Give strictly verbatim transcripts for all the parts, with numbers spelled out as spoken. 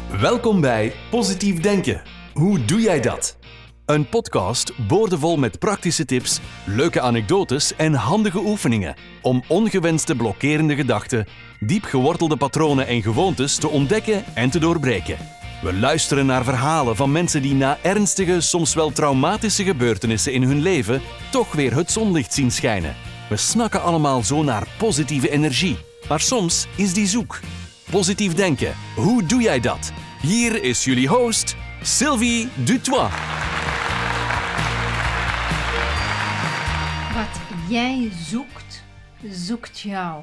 Welkom bij Positief Denken. Hoe doe jij dat? Een podcast boordevol met praktische tips, leuke anekdotes en handige oefeningen om ongewenste blokkerende gedachten, diep gewortelde patronen en gewoontes te ontdekken en te doorbreken. We luisteren naar verhalen van mensen die na ernstige, soms wel traumatische gebeurtenissen in hun leven toch weer het zonlicht zien schijnen. We snakken allemaal zo naar positieve energie, maar soms is die zoek. Positief denken, hoe doe jij dat? Hier is jullie host, Sylvie Dutoit. Wat jij zoekt, zoekt jou.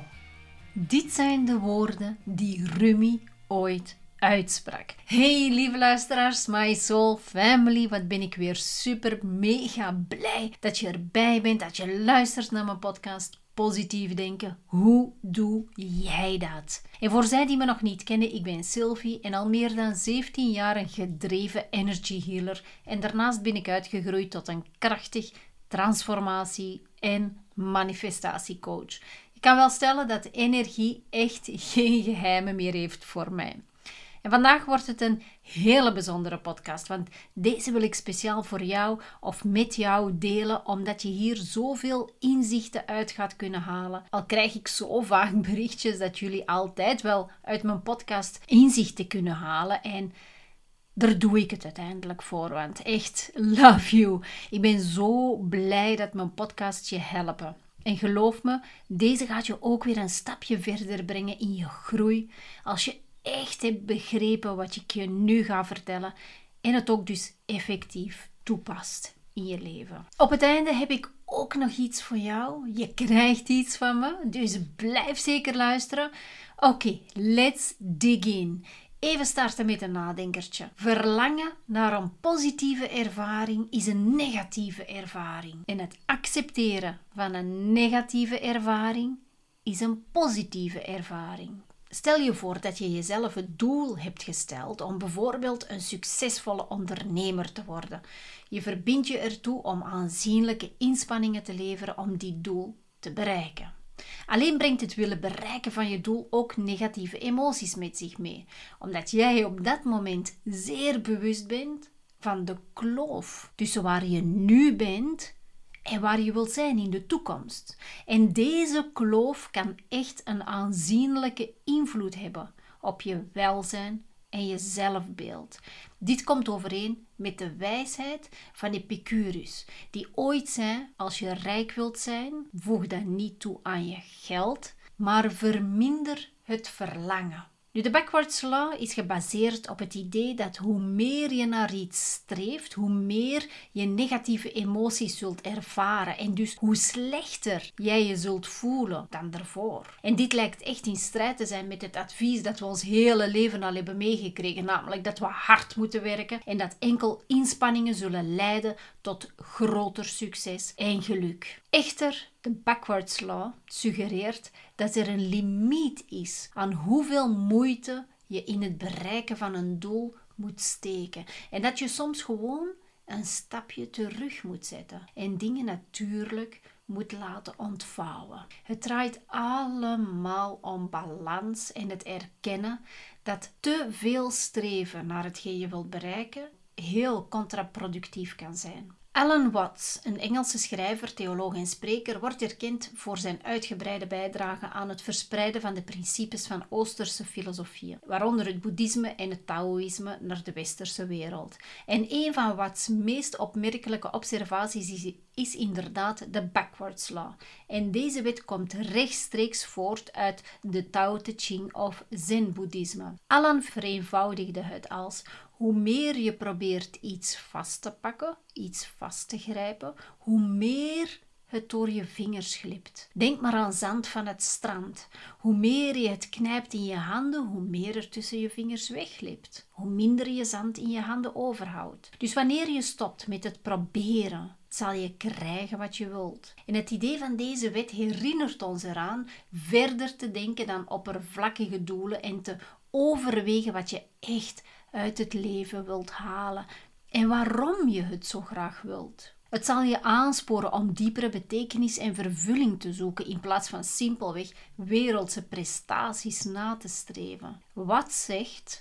Dit zijn de woorden die Rumi ooit uitsprak. Hey lieve luisteraars, my soul family, wat ben ik weer super mega blij dat je erbij bent, dat je luistert naar mijn podcast Positief Denken. Hoe doe jij dat? En voor zij die me nog niet kennen, ik ben Sylvie en al meer dan zeventien jaar een gedreven energy healer en daarnaast ben ik uitgegroeid tot een krachtig transformatie- en manifestatiecoach. Ik kan wel stellen dat energie echt geen geheimen meer heeft voor mij. En vandaag wordt het een hele bijzondere podcast, want deze wil ik speciaal voor jou of met jou delen, omdat je hier zoveel inzichten uit gaat kunnen halen. Al krijg ik zo vaak berichtjes dat jullie altijd wel uit mijn podcast inzichten kunnen halen en daar doe ik het uiteindelijk voor, want echt, love you. Ik ben zo blij dat mijn podcast je helpen. En geloof me, deze gaat je ook weer een stapje verder brengen in je groei, als je echt hebt begrepen wat ik je nu ga vertellen en het ook dus effectief toepast in je leven. Op het einde heb ik ook nog iets voor jou. Je krijgt iets van me, dus blijf zeker luisteren. Oké, okay, let's dig in. Even starten met een nadenkertje. Verlangen naar een positieve ervaring is een negatieve ervaring. En het accepteren van een negatieve ervaring is een positieve ervaring. Stel je voor dat je jezelf het doel hebt gesteld om bijvoorbeeld een succesvolle ondernemer te worden. Je verbindt je ertoe om aanzienlijke inspanningen te leveren om die doel te bereiken. Alleen brengt het willen bereiken van je doel ook negatieve emoties met zich mee, omdat jij op dat moment zeer bewust bent van de kloof tussen waar je nu bent en waar je wilt zijn in de toekomst. En deze kloof kan echt een aanzienlijke invloed hebben op je welzijn en je zelfbeeld. Dit komt overeen met de wijsheid van Epicurus, die ooit zei: als je rijk wilt zijn, voeg dan niet toe aan je geld, maar verminder het verlangen. Nu, de Backwards Law is gebaseerd op het idee dat hoe meer je naar iets streeft, hoe meer je negatieve emoties zult ervaren en dus hoe slechter jij je zult voelen dan daarvoor. En dit lijkt echt in strijd te zijn met het advies dat we ons hele leven al hebben meegekregen, namelijk dat we hard moeten werken en dat enkel inspanningen zullen leiden tot groter succes en geluk. Echter, de Backwards Law suggereert dat er een limiet is aan hoeveel moeite je in het bereiken van een doel moet steken. En dat je soms gewoon een stapje terug moet zetten en dingen natuurlijk moet laten ontvouwen. Het draait allemaal om balans en het erkennen dat te veel streven naar hetgeen je wilt bereiken heel contraproductief kan zijn. Alan Watts, een Engelse schrijver, theoloog en spreker, wordt erkend voor zijn uitgebreide bijdrage aan het verspreiden van de principes van Oosterse filosofieën, waaronder het boeddhisme en het taoïsme naar de westerse wereld. En een van Watts' meest opmerkelijke observaties is, is inderdaad de Backwards Law. En deze wet komt rechtstreeks voort uit de Tao Te Ching of Zen-boeddhisme. Alan vereenvoudigde het als: hoe meer je probeert iets vast te pakken, iets vast te grijpen, hoe meer het door je vingers glipt. Denk maar aan zand van het strand. Hoe meer je het knijpt in je handen, hoe meer er tussen je vingers wegglipt. Hoe minder je zand in je handen overhoudt. Dus wanneer je stopt met het proberen, zal je krijgen wat je wilt. En het idee van deze wet herinnert ons eraan verder te denken dan oppervlakkige doelen en te overwegen wat je echt uit het leven wilt halen en waarom je het zo graag wilt. Het zal je aansporen om diepere betekenis en vervulling te zoeken in plaats van simpelweg wereldse prestaties na te streven. Wat zegt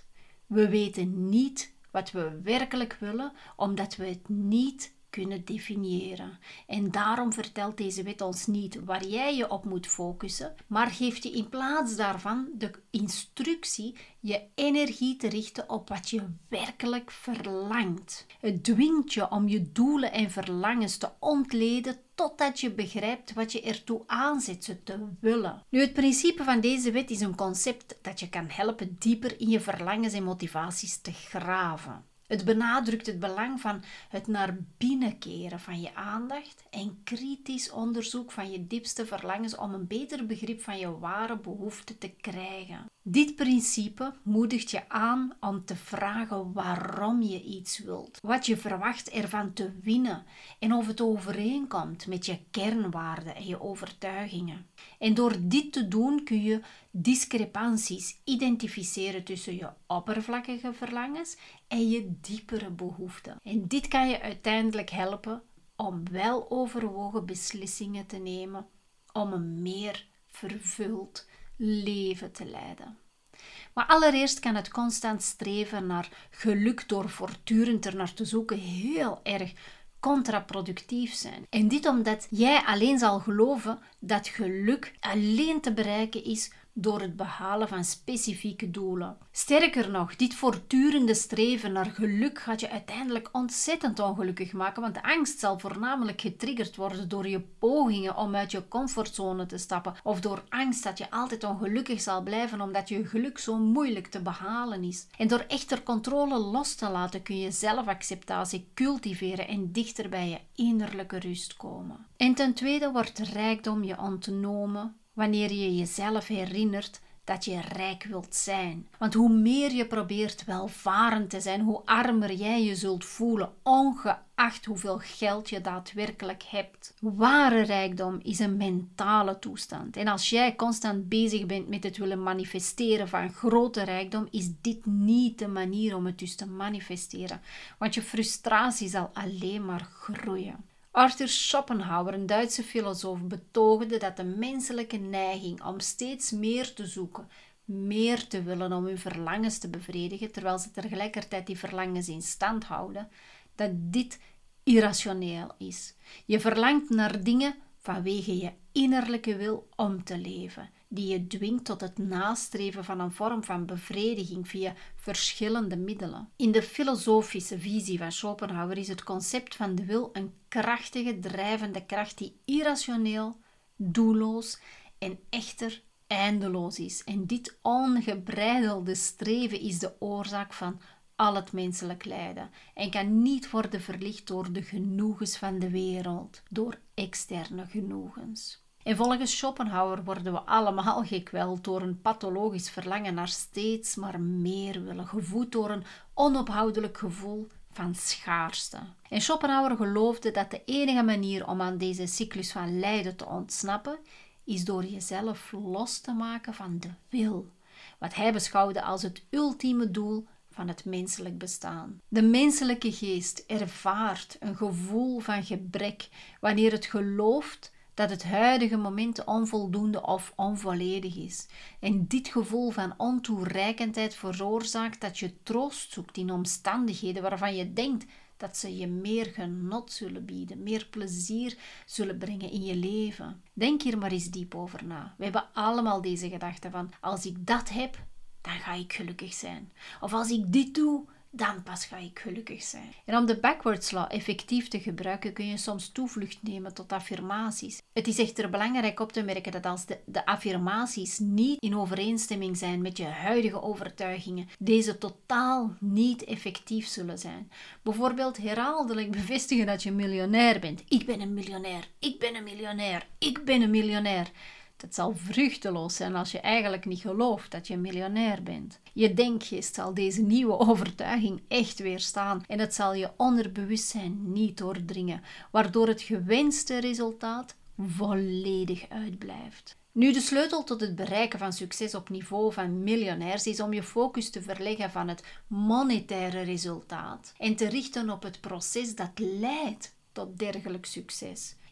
We weten niet wat we werkelijk willen, omdat we het niet kunnen definiëren. En daarom vertelt deze wet ons niet waar jij je op moet focussen, maar geeft je in plaats daarvan de instructie je energie te richten op wat je werkelijk verlangt. Het dwingt je om je doelen en verlangens te ontleden totdat je begrijpt wat je ertoe aanzet ze te willen. Nu, het principe van deze wet is een concept dat je kan helpen dieper in je verlangens en motivaties te graven. Het benadrukt het belang van het naar binnen keren van je aandacht en kritisch onderzoek van je diepste verlangens om een beter begrip van je ware behoeften te krijgen. Dit principe moedigt je aan om te vragen waarom je iets wilt, wat je verwacht ervan te winnen en of het overeenkomt met je kernwaarden en je overtuigingen. En door dit te doen kun je discrepanties identificeren tussen je oppervlakkige verlangens en je diepere behoeften. En dit kan je uiteindelijk helpen om wel overwogen beslissingen te nemen om een meer vervuld leven te leiden. Maar allereerst kan het constant streven naar geluk door voortdurend er naar te zoeken heel erg contraproductief zijn. En dit omdat jij alleen zal geloven dat geluk alleen te bereiken is door het behalen van specifieke doelen. Sterker nog, dit voortdurende streven naar geluk gaat je uiteindelijk ontzettend ongelukkig maken, want de angst zal voornamelijk getriggerd worden door je pogingen om uit je comfortzone te stappen, of door angst dat je altijd ongelukkig zal blijven omdat je geluk zo moeilijk te behalen is. En door echter controle los te laten kun je zelfacceptatie cultiveren en dichter bij je innerlijke rust komen. En ten tweede wordt rijkdom je ontnomen wanneer je jezelf herinnert dat je rijk wilt zijn. Want hoe meer je probeert welvarend te zijn, hoe armer jij je zult voelen, ongeacht hoeveel geld je daadwerkelijk hebt. Ware rijkdom is een mentale toestand. En als jij constant bezig bent met het willen manifesteren van grote rijkdom, is dit niet de manier om het dus te manifesteren. Want je frustratie zal alleen maar groeien. Arthur Schopenhauer, een Duitse filosoof, betoogde dat de menselijke neiging om steeds meer te zoeken, meer te willen om hun verlangens te bevredigen, terwijl ze tegelijkertijd die verlangens in stand houden, dat dit irrationeel is. Je verlangt naar dingen vanwege je innerlijke wil om te leven, die je dwingt tot het nastreven van een vorm van bevrediging via verschillende middelen. In de filosofische visie van Schopenhauer is het concept van de wil een krachtige, drijvende kracht die irrationeel, doelloos en echter eindeloos is. En dit ongebreidelde streven is de oorzaak van al het menselijk lijden en kan niet worden verlicht door de genoegens van de wereld, door externe genoegens. En volgens Schopenhauer worden we allemaal gekweld door een pathologisch verlangen naar steeds maar meer willen, gevoed door een onophoudelijk gevoel van schaarste. En Schopenhauer geloofde dat de enige manier om aan deze cyclus van lijden te ontsnappen, is door jezelf los te maken van de wil, wat hij beschouwde als het ultieme doel van het menselijk bestaan. De menselijke geest ervaart een gevoel van gebrek wanneer het gelooft dat het huidige moment onvoldoende of onvolledig is. En dit gevoel van ontoereikendheid veroorzaakt dat je troost zoekt in omstandigheden waarvan je denkt dat ze je meer genot zullen bieden, meer plezier zullen brengen in je leven. Denk hier maar eens diep over na. We hebben allemaal deze gedachte van, als ik dat heb, dan ga ik gelukkig zijn. Of als ik dit doe, dan pas ga ik gelukkig zijn. En om de backwards law effectief te gebruiken kun je soms toevlucht nemen tot affirmaties. Het is echter belangrijk op te merken dat als de, de affirmaties niet in overeenstemming zijn met je huidige overtuigingen, deze totaal niet effectief zullen zijn. Bijvoorbeeld herhaaldelijk bevestigen dat je miljonair bent. Ik ben een miljonair, ik ben een miljonair, ik ben een miljonair. Dat zal vruchteloos zijn als je eigenlijk niet gelooft dat je miljonair bent. Je denkgeest zal deze nieuwe overtuiging echt weerstaan en het zal je onderbewustzijn niet doordringen, waardoor het gewenste resultaat volledig uitblijft. Nu, de sleutel tot het bereiken van succes op niveau van miljonairs is om je focus te verleggen van het monetaire resultaat en te richten op het proces dat leidt tot dergelijk succes.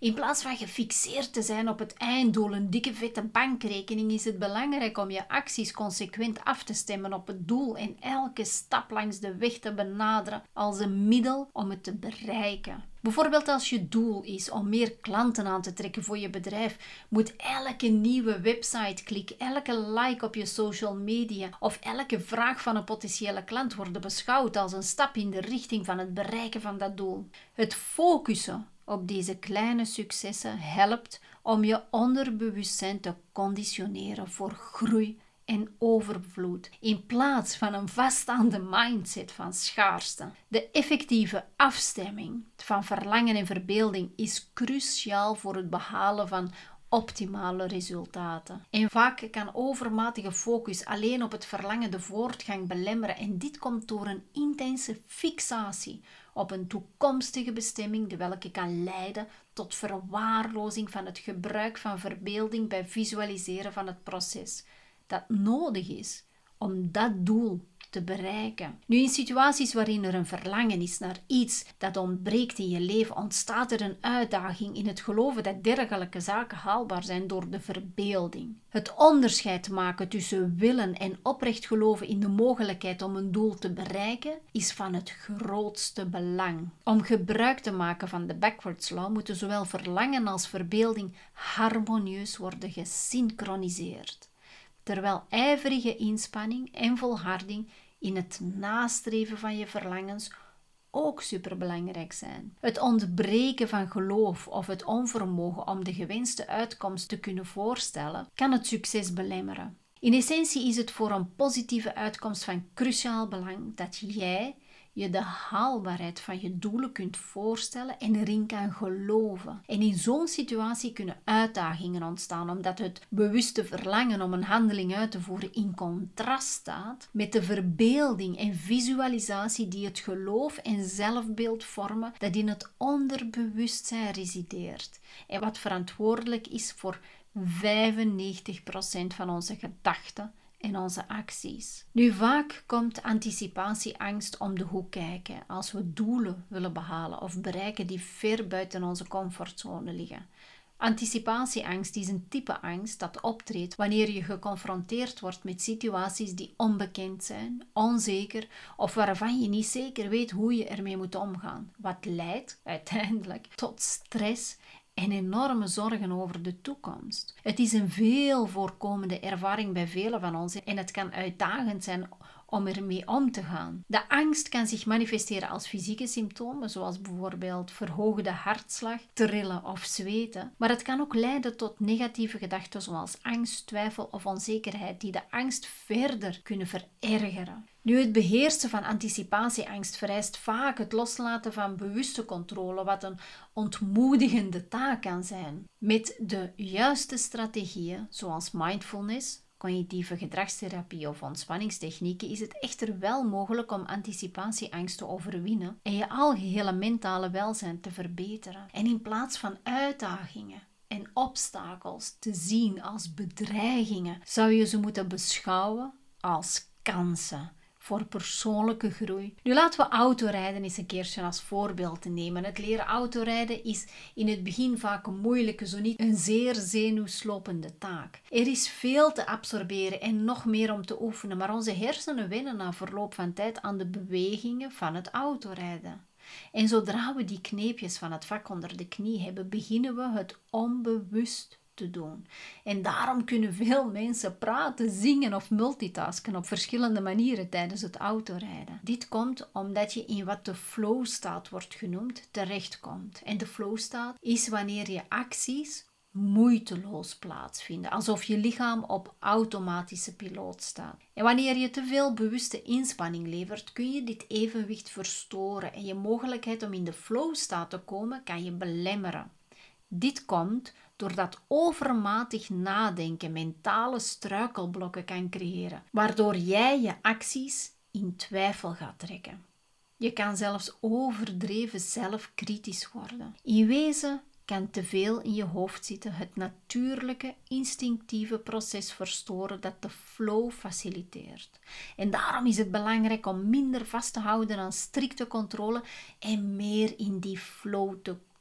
In plaats van gefixeerd te zijn op het einddoel, een dikke vette bankrekening, is het belangrijk om je acties consequent af te stemmen op het doel en elke stap langs de weg te benaderen als een middel om het te bereiken. Bijvoorbeeld als je doel is om meer klanten aan te trekken voor je bedrijf, moet elke nieuwe website-klik, elke like op je social media of elke vraag van een potentiële klant worden beschouwd als een stap in de richting van het bereiken van dat doel. Het focussen op deze kleine successen helpt om je onderbewustzijn te conditioneren voor groei en overvloed, in plaats van een vaststaande mindset van schaarste. De effectieve afstemming van verlangen en verbeelding is cruciaal voor het behalen van optimale resultaten. En vaak kan overmatige focus alleen op het verlangen de voortgang belemmeren en dit komt door een intense fixatie op een toekomstige bestemming, de welke kan leiden tot verwaarlozing van het gebruik van verbeelding bij visualiseren van het proces dat nodig is om dat doel te bereiken. Nu, in situaties waarin er een verlangen is naar iets dat ontbreekt in je leven, ontstaat er een uitdaging in het geloven dat dergelijke zaken haalbaar zijn door de verbeelding. Het onderscheid maken tussen willen en oprecht geloven in de mogelijkheid om een doel te bereiken is van het grootste belang. Om gebruik te maken van de backwards law moeten zowel verlangen als verbeelding harmonieus worden gesynchroniseerd, terwijl ijverige inspanning en volharding in het nastreven van je verlangens ook superbelangrijk zijn. Het ontbreken van geloof of het onvermogen om de gewenste uitkomst te kunnen voorstellen, kan het succes belemmeren. In essentie is het voor een positieve uitkomst van cruciaal belang dat jij je de haalbaarheid van je doelen kunt voorstellen en erin kan geloven. En in zo'n situatie kunnen uitdagingen ontstaan, omdat het bewuste verlangen om een handeling uit te voeren in contrast staat met de verbeelding en visualisatie die het geloof en zelfbeeld vormen dat in het onderbewustzijn resideert en wat verantwoordelijk is voor vijfennegentig procent van onze gedachten en onze acties. Nu, vaak komt anticipatieangst om de hoek kijken als we doelen willen behalen of bereiken die ver buiten onze comfortzone liggen. Anticipatieangst is een type angst dat optreedt wanneer je geconfronteerd wordt met situaties die onbekend zijn, onzeker of waarvan je niet zeker weet hoe je ermee moet omgaan, wat leidt uiteindelijk tot stress en enorme zorgen over de toekomst. Het is een veel voorkomende ervaring bij velen van ons en het kan uitdagend zijn om ermee om te gaan. De angst kan zich manifesteren als fysieke symptomen, zoals bijvoorbeeld verhoogde hartslag, trillen of zweten. Maar het kan ook leiden tot negatieve gedachten zoals angst, twijfel of onzekerheid, die de angst verder kunnen verergeren. Nu, het beheersen van anticipatieangst vereist vaak het loslaten van bewuste controle, wat een ontmoedigende taak kan zijn. Met de juiste strategieën, zoals mindfulness, cognitieve gedragstherapie of ontspanningstechnieken, is het echter wel mogelijk om anticipatieangst te overwinnen en je algehele mentale welzijn te verbeteren. En in plaats van uitdagingen en obstakels te zien als bedreigingen, zou je ze moeten beschouwen als kansen voor persoonlijke groei. Nu, laten we autorijden eens een keertje als voorbeeld nemen. Het leren autorijden is in het begin vaak een moeilijke, zo niet een zeer zenuwslopende taak. Er is veel te absorberen en nog meer om te oefenen, maar onze hersenen wennen na verloop van tijd aan de bewegingen van het autorijden. En zodra we die kneepjes van het vak onder de knie hebben, beginnen we het onbewust te doen. En daarom kunnen veel mensen praten, zingen of multitasken op verschillende manieren tijdens het autorijden. Dit komt omdat je in wat de flow-staat wordt genoemd terechtkomt. En de flow-staat is wanneer je acties moeiteloos plaatsvinden, alsof je lichaam op automatische piloot staat. En wanneer je te veel bewuste inspanning levert, kun je dit evenwicht verstoren en je mogelijkheid om in de flow-staat te komen kan je belemmeren. Dit komt doordat overmatig nadenken mentale struikelblokken kan creëren, waardoor jij je acties in twijfel gaat trekken. Je kan zelfs overdreven zelfkritisch worden. In wezen kan te veel in je hoofd zitten het natuurlijke, instinctieve proces verstoren dat de flow faciliteert. En daarom is het belangrijk om minder vast te houden aan strikte controle en meer in die flow te komen.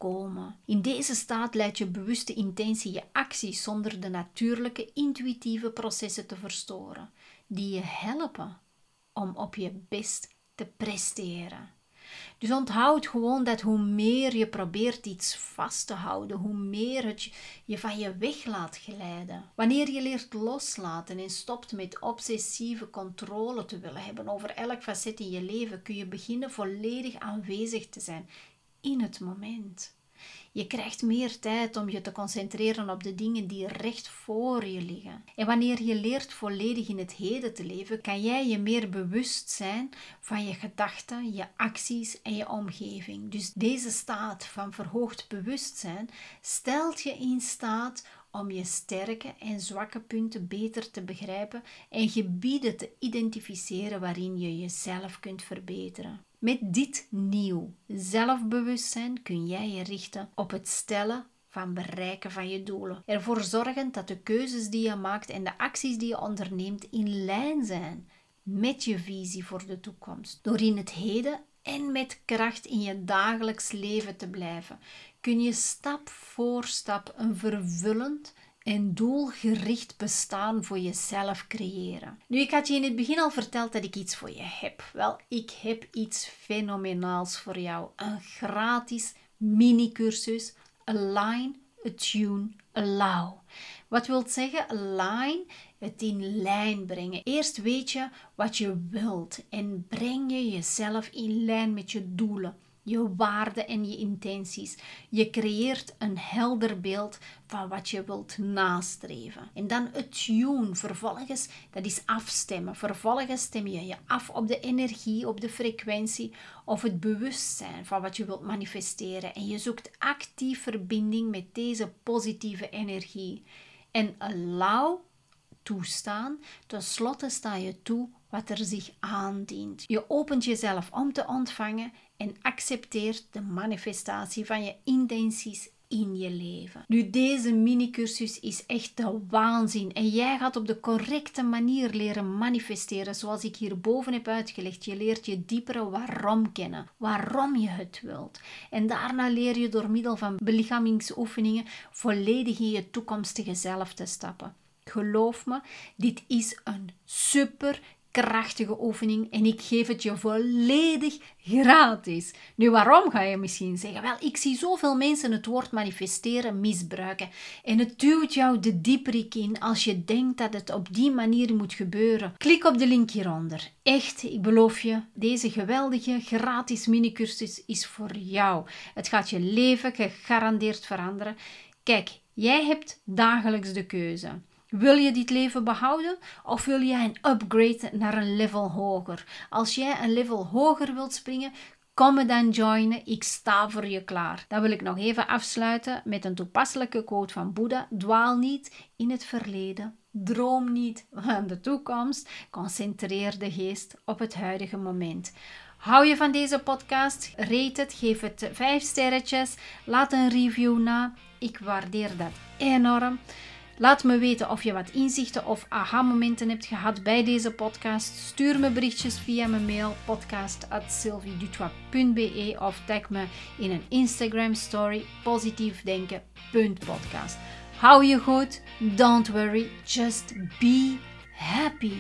voorkomen. In deze staat leidt je bewuste intentie je acties zonder de natuurlijke, intuïtieve processen te verstoren, die je helpen om op je best te presteren. Dus onthoud gewoon dat hoe meer je probeert iets vast te houden, hoe meer het je van je weg laat glijden. Wanneer je leert loslaten en stopt met obsessieve controle te willen hebben over elk facet in je leven, kun je beginnen volledig aanwezig te zijn in het moment. Je krijgt meer tijd om je te concentreren op de dingen die recht voor je liggen. En wanneer je leert volledig in het heden te leven, kan jij je meer bewust zijn van je gedachten, je acties en je omgeving. Dus deze staat van verhoogd bewustzijn stelt je in staat om je sterke en zwakke punten beter te begrijpen en gebieden te identificeren waarin je jezelf kunt verbeteren. Met dit nieuw zelfbewustzijn kun jij je richten op het stellen van bereiken van je doelen. Ervoor zorgen dat de keuzes die je maakt en de acties die je onderneemt in lijn zijn met je visie voor de toekomst. Door in het heden en met kracht in je dagelijks leven te blijven, kun je stap voor stap een vervullend en doelgericht bestaan voor jezelf creëren. Nu, ik had je in het begin al verteld dat ik iets voor je heb. Wel, ik heb iets fenomenaals voor jou. Een gratis mini-cursus Align, Attune, Allow. Wat wil zeggen align? Het in lijn brengen. Eerst weet je wat je wilt en breng je jezelf in lijn met je doelen, je waarden en je intenties. Je creëert een helder beeld van wat je wilt nastreven. En dan attune, vervolgens, dat is afstemmen. Vervolgens stem je je af op de energie, op de frequentie of het bewustzijn van wat je wilt manifesteren. En je zoekt actief verbinding met deze positieve energie. En allow, toestaan, tenslotte sta je toe wat er zich aandient. Je opent jezelf om te ontvangen en accepteert de manifestatie van je intenties in je leven. Nu, deze mini-cursus is echt de waanzin en jij gaat op de correcte manier leren manifesteren zoals ik hierboven heb uitgelegd. Je leert je diepere waarom kennen, waarom je het wilt. En daarna leer je door middel van belichamingsoefeningen volledig in je toekomstige zelf te stappen. Geloof me, dit is een super krachtige oefening en ik geef het je volledig gratis. Nu, waarom ga je misschien zeggen? Wel, ik zie zoveel mensen het woord manifesteren misbruiken en het duwt jou de dieperik in als je denkt dat het op die manier moet gebeuren. Klik op de link hieronder. Echt, ik beloof je, deze geweldige gratis minicursus is voor jou. Het gaat je leven gegarandeerd veranderen. Kijk, jij hebt dagelijks de keuze. Wil je dit leven behouden of wil jij een upgrade naar een level hoger? Als jij een level hoger wilt springen, kom me dan joinen. Ik sta voor je klaar. Dan wil ik nog even afsluiten met een toepasselijke quote van Boeddha. Dwaal niet in het verleden. Droom niet aan de toekomst. Concentreer de geest op het huidige moment. Hou je van deze podcast? Rate het, geef het vijf sterretjes. Laat een review na. Ik waardeer dat enorm. Laat me weten of je wat inzichten of aha-momenten hebt gehad bij deze podcast. Stuur me berichtjes via mijn mail podcast at sylvie dutoit punt b e of tag me in een Instagram story positiefdenken punt podcast. Hou je goed, don't worry, just be happy.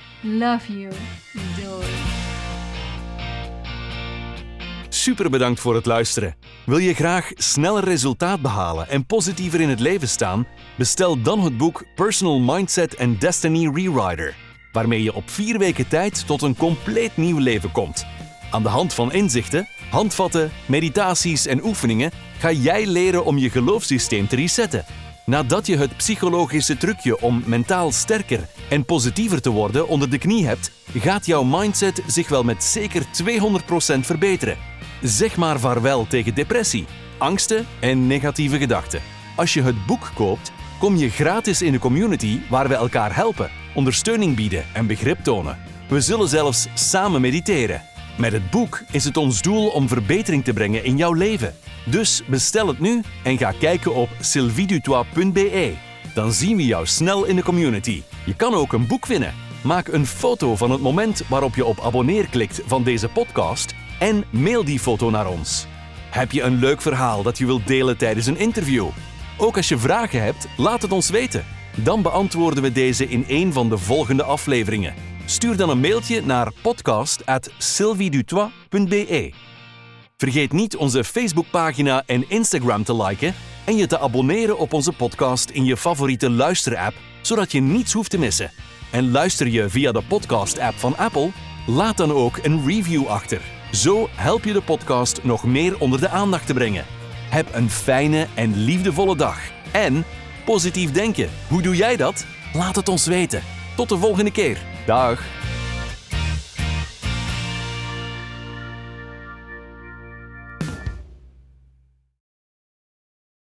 Love you. Doei. Super bedankt voor het luisteren. Wil je graag sneller resultaat behalen en positiever in het leven staan? Bestel dan het boek Personal Mindset and Destiny Rewriter, waarmee je op vier weken tijd tot een compleet nieuw leven komt. Aan de hand van inzichten, handvatten, meditaties en oefeningen ga jij leren om je geloofssysteem te resetten. Nadat je het psychologische trucje om mentaal sterker en positiever te worden onder de knie hebt, gaat jouw mindset zich wel met zeker tweehonderd procent verbeteren. Zeg maar vaarwel tegen depressie, angsten en negatieve gedachten. Als je het boek koopt, kom je gratis in de community waar we elkaar helpen, ondersteuning bieden en begrip tonen. We zullen zelfs samen mediteren. Met het boek is het ons doel om verbetering te brengen in jouw leven. Dus bestel het nu en ga kijken op sylvie dutoit punt b e. Dan zien we jou snel in de community. Je kan ook een boek winnen. Maak een foto van het moment waarop je op abonneer klikt van deze podcast en mail die foto naar ons. Heb je een leuk verhaal dat je wilt delen tijdens een interview? Ook als je vragen hebt, laat het ons weten. Dan beantwoorden we deze in een van de volgende afleveringen. Stuur dan een mailtje naar podcast at sylviedutoit punt be. Vergeet niet onze Facebookpagina en Instagram te liken en je te abonneren op onze podcast in je favoriete luisterapp, zodat je niets hoeft te missen. En luister je via de podcast-app van Apple? Laat dan ook een review achter. Zo help je de podcast nog meer onder de aandacht te brengen. Heb een fijne en liefdevolle dag. En positief denken. Hoe doe jij dat? Laat het ons weten. Tot de volgende keer. Dag.